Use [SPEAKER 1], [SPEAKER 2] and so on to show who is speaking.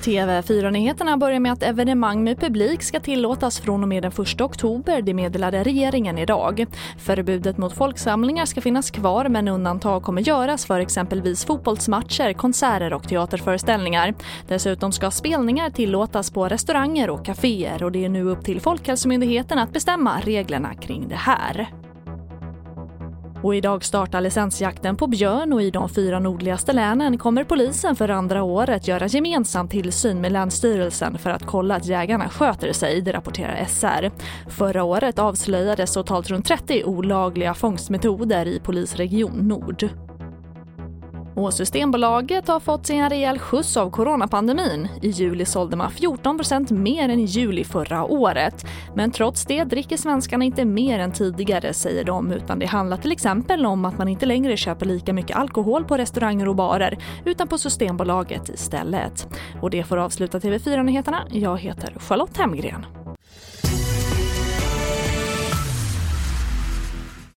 [SPEAKER 1] TV4-nyheterna börjar med att evenemang med publik ska tillåtas från och med den 1 oktober, det meddelade regeringen idag. Förbudet mot folksamlingar ska finnas kvar, men undantag kommer göras för exempelvis fotbollsmatcher, konserter och teaterföreställningar. Dessutom ska spelningar tillåtas på restauranger och kaféer, och det är nu upp till Folkhälsomyndigheten att bestämma reglerna kring det här. Och idag startar licensjakten på björn, och i de 4 nordligaste länen kommer polisen för andra året göra gemensam tillsyn med Länsstyrelsen för att kolla att jägarna sköter sig, det rapporterar SR. Förra året avslöjades totalt runt 30 olagliga fångstmetoder i polisregion Nord. Och Systembolaget har fått sin rejäl skjuts av coronapandemin. I juli sålde man 14% mer än i juli förra året. Men trots det dricker svenskarna inte mer än tidigare, säger de, utan det handlar till exempel om att man inte längre köper lika mycket alkohol på restauranger och barer, utan på Systembolaget istället. Och det får avsluta TV4-nyheterna. Jag heter Charlotte Hemgren.